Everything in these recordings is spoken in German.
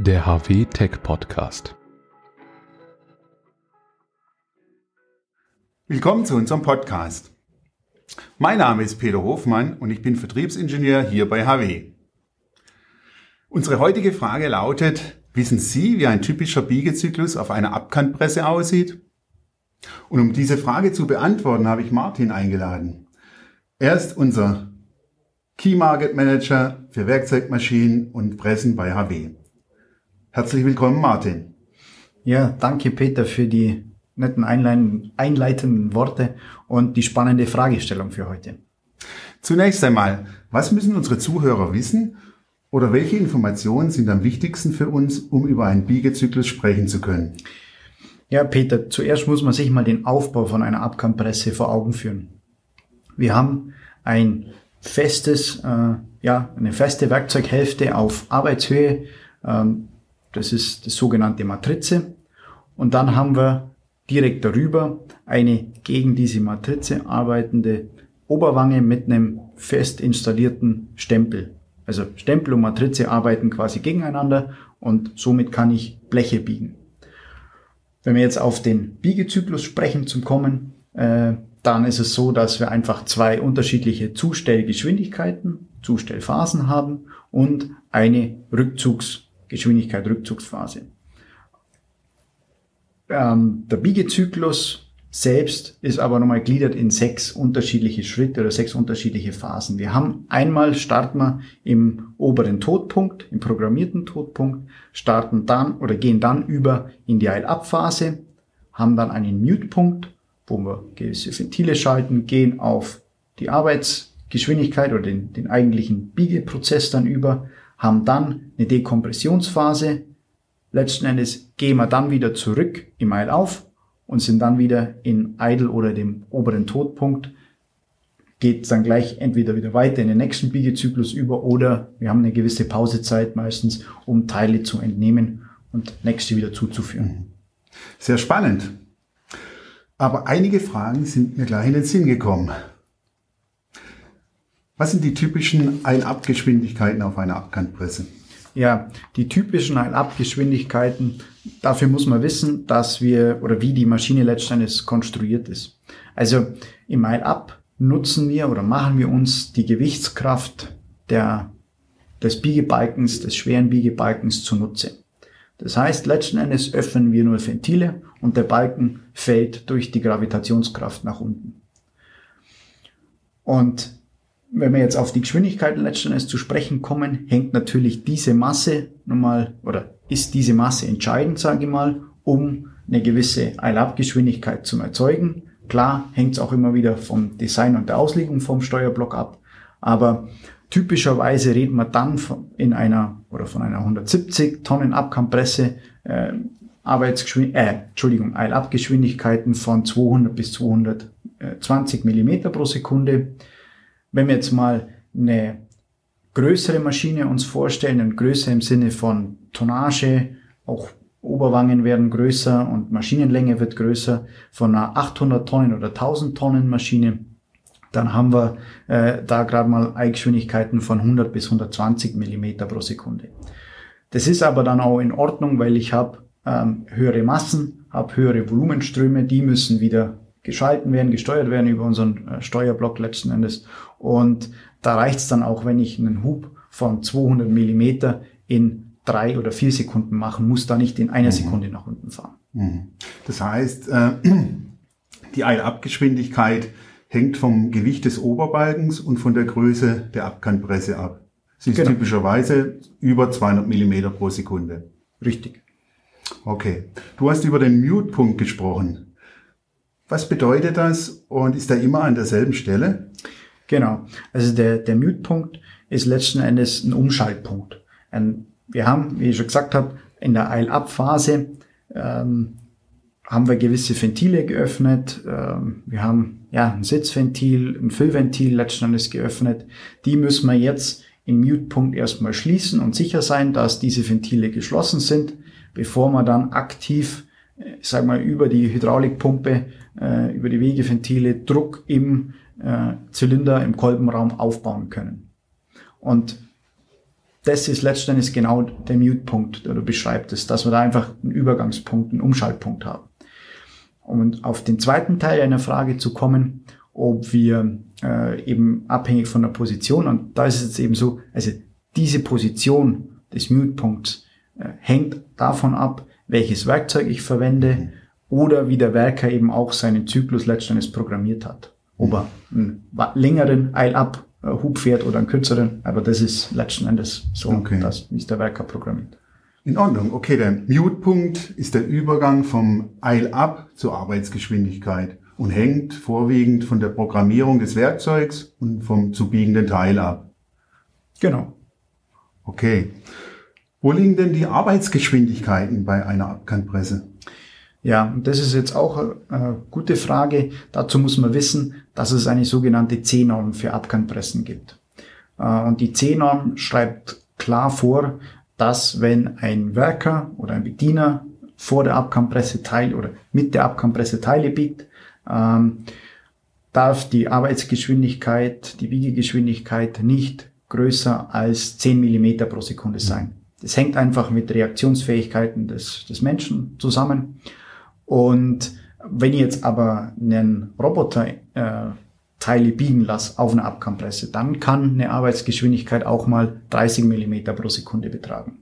Der HW Tech Podcast. Willkommen zu unserem Podcast. Mein Name ist Peter Hofmann und ich bin Vertriebsingenieur hier bei HW. Unsere heutige Frage lautet: Wissen Sie, wie ein typischer Biegezyklus auf einer Abkantpresse aussieht? Und um diese Frage zu beantworten, habe ich Martin eingeladen. Er ist unser Key Market Manager für Werkzeugmaschinen und Pressen bei HW. Herzlich willkommen, Martin. Ja, danke Peter für die netten einleitenden Worte und die spannende Fragestellung für heute. Zunächst einmal, was müssen unsere Zuhörer wissen oder welche Informationen sind am wichtigsten für uns, um über einen Biegezyklus sprechen zu können? Ja, Peter, zuerst muss man sich mal den Aufbau von einer Abkantpresse vor Augen führen. Wir haben eine feste Werkzeughälfte auf Arbeitshöhe. Das ist das sogenannte Matrize. Und dann haben wir direkt darüber eine gegen diese Matrize arbeitende Oberwange mit einem fest installierten Stempel. Also Stempel und Matrize arbeiten quasi gegeneinander und somit kann ich Bleche biegen. Wenn wir jetzt auf den Biegezyklus sprechen zum Kommen, dann ist es so, dass wir einfach zwei unterschiedliche Zustellgeschwindigkeiten, Zustellphasen haben und eine Rückzugsphase. Der Biegezyklus selbst ist aber nochmal gliedert in 6 unterschiedliche Schritte oder 6 unterschiedliche Phasen. Wir haben einmal starten wir im oberen Totpunkt, im programmierten Totpunkt, gehen dann über in die Eilabphase, haben dann einen Mute-Punkt, wo wir gewisse Ventile schalten, gehen auf die Arbeitsgeschwindigkeit oder den eigentlichen Biegeprozess dann über, haben dann eine Dekompressionsphase. Letzten Endes gehen wir dann wieder zurück im Eilauf und sind dann wieder in Idle oder dem oberen Totpunkt. Geht dann gleich entweder wieder weiter in den nächsten Biegezyklus über oder wir haben eine gewisse Pausezeit meistens, um Teile zu entnehmen und nächste wieder zuzuführen. Sehr spannend. Aber einige Fragen sind mir gleich in den Sinn gekommen. Was sind die typischen Eilabgeschwindigkeiten auf einer Abkantpresse? Ja, die typischen Eilabgeschwindigkeiten, dafür muss man wissen, wie die Maschine letztendlich konstruiert ist. Also im Eilab nutzen wir oder machen wir uns die Gewichtskraft des Biegebalkens, des schweren Biegebalkens zunutze. Das heißt, letzten Endes öffnen wir nur Ventile und der Balken fällt durch die Gravitationskraft nach unten. Und wenn wir jetzt auf die Geschwindigkeiten letzten Endes zu sprechen kommen, hängt natürlich diese Masse ist diese Masse entscheidend, sage ich mal, um eine gewisse Eilabgeschwindigkeit zu erzeugen. Klar hängt es auch immer wieder vom Design und der Auslegung vom Steuerblock ab, aber typischerweise reden wir dann von einer 170 Tonnen Abkantpresse Eilabgeschwindigkeiten von 200 bis 220 Millimeter pro Sekunde. Wenn wir jetzt mal eine größere Maschine uns vorstellen, und größer im Sinne von Tonnage, auch Oberwangen werden größer und Maschinenlänge wird größer, von einer 800 Tonnen oder 1000 Tonnen Maschine, dann haben wir da gerade mal Eilgeschwindigkeiten von 100 bis 120 Millimeter pro Sekunde. Das ist aber dann auch in Ordnung, weil ich habe höhere Massen, habe höhere Volumenströme, die müssen wieder gesteuert werden über unseren Steuerblock letzten Endes. Und da reicht es dann auch, wenn ich einen Hub von 200 Millimeter in 3 oder 4 Sekunden machen muss, da nicht in einer Sekunde nach unten fahren. Das heißt, die Eilabgeschwindigkeit hängt vom Gewicht des Oberbalkens und von der Größe der Abkantpresse ab. Sie ist typischerweise über 200 Millimeter pro Sekunde. Richtig. Okay. Du hast über den Mute-Punkt gesprochen. Was bedeutet das und ist er immer an derselben Stelle? Genau. Also der Mute-Punkt ist letzten Endes ein Umschaltpunkt. Wir haben, wie ich schon gesagt habe, in der Eilabphase haben wir gewisse Ventile geöffnet. Wir haben ein Sitzventil, ein Füllventil letzten Endes geöffnet. Die müssen wir jetzt im Mute-Punkt erstmal schließen und sicher sein, dass diese Ventile geschlossen sind, bevor wir dann aktiv, über die Hydraulikpumpe, über die Wegeventile Druck im Zylinder, im Kolbenraum aufbauen können. Und das ist letztendlich genau der Mute-Punkt, der du beschreibst, dass wir da einfach einen Übergangspunkt, einen Umschaltpunkt haben. Und auf den zweiten Teil einer Frage zu kommen, ob wir eben abhängig von der Position, und da ist es jetzt eben so, also diese Position des Mute-Punkts hängt davon ab, welches Werkzeug ich verwende oder wie der Werker eben auch seinen Zyklus letztendlich programmiert hat. Ob er einen längeren Eil-Up-Hub fährt oder einen kürzeren, aber das ist letzten Endes so, das ist der Werker programmiert. In Ordnung. Okay, der Mute-Punkt ist der Übergang vom Eil-Up zur Arbeitsgeschwindigkeit und hängt vorwiegend von der Programmierung des Werkzeugs und vom zu biegenden Teil ab. Genau. Okay. Wo liegen denn die Arbeitsgeschwindigkeiten bei einer Abkantpresse? Ja, und das ist jetzt auch eine gute Frage. Dazu muss man wissen, dass es eine sogenannte C-Norm für Abkantpressen gibt. Und die C-Norm schreibt klar vor, dass wenn ein Werker oder ein Bediener vor der Abkantpresse oder mit der Abkantpresse Teile biegt, darf die Arbeitsgeschwindigkeit, die Biegegeschwindigkeit nicht größer als 10 mm pro Sekunde sein. Das hängt einfach mit Reaktionsfähigkeiten des Menschen zusammen. Und wenn ich jetzt aber einen Roboter Teile biegen lasse auf einer Abkantpresse, dann kann eine Arbeitsgeschwindigkeit auch mal 30 mm pro Sekunde betragen.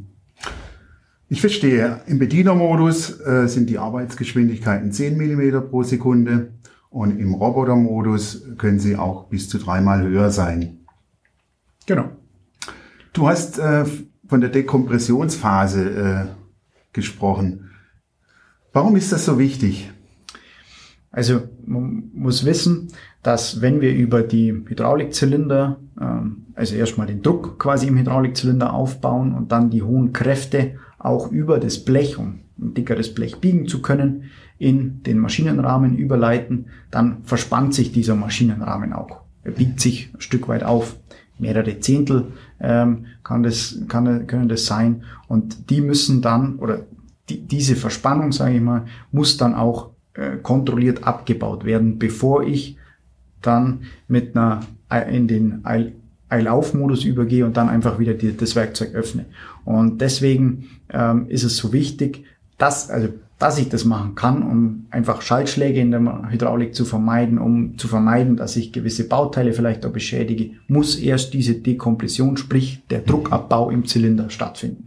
Ich verstehe. Im Bedienermodus sind die Arbeitsgeschwindigkeiten 10 mm pro Sekunde und im Robotermodus können sie auch bis zu 3-mal höher sein. Genau. Du hast von der Dekompressionsphase gesprochen. Warum ist das so wichtig? Also man muss wissen, dass wenn wir über die Hydraulikzylinder, also erstmal den Druck quasi im Hydraulikzylinder aufbauen und dann die hohen Kräfte auch über das Blech, um ein dickeres Blech biegen zu können, in den Maschinenrahmen überleiten, dann verspannt sich dieser Maschinenrahmen auch. Er biegt sich ein Stück weit auf. Mehrere Zehntel können das sein. Und die müssen dann, oder diese Verspannung, sage ich mal, muss dann auch kontrolliert abgebaut werden, bevor ich dann in den Eilauf-Modus übergehe und dann einfach wieder das Werkzeug öffne. Und deswegen ist es so wichtig, dass ich das machen kann, um einfach Schaltschläge in der Hydraulik zu vermeiden, um zu vermeiden, dass ich gewisse Bauteile vielleicht auch beschädige, muss erst diese Dekompression, sprich der Druckabbau im Zylinder stattfinden.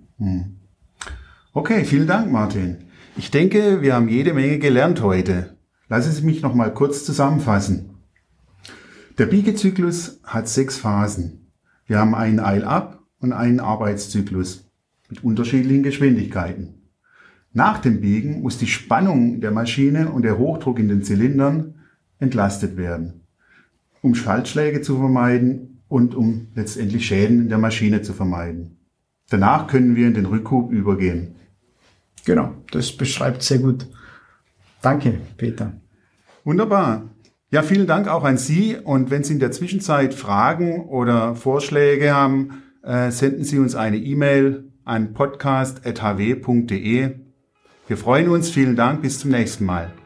Okay, vielen Dank, Martin. Ich denke, wir haben jede Menge gelernt heute. Lassen Sie mich noch mal kurz zusammenfassen. Der Biegezyklus hat 6 Phasen. Wir haben einen Eil-Up und einen Arbeitszyklus mit unterschiedlichen Geschwindigkeiten. Nach dem Biegen muss die Spannung der Maschine und der Hochdruck in den Zylindern entlastet werden, um Schaltschläge zu vermeiden und um letztendlich Schäden in der Maschine zu vermeiden. Danach können wir in den Rückhub übergehen. Genau, das beschreibt sehr gut. Danke, Peter. Wunderbar. Ja, vielen Dank auch an Sie. Und wenn Sie in der Zwischenzeit Fragen oder Vorschläge haben, senden Sie uns eine E-Mail an podcast@hw.de. Wir freuen uns. Vielen Dank. Bis zum nächsten Mal.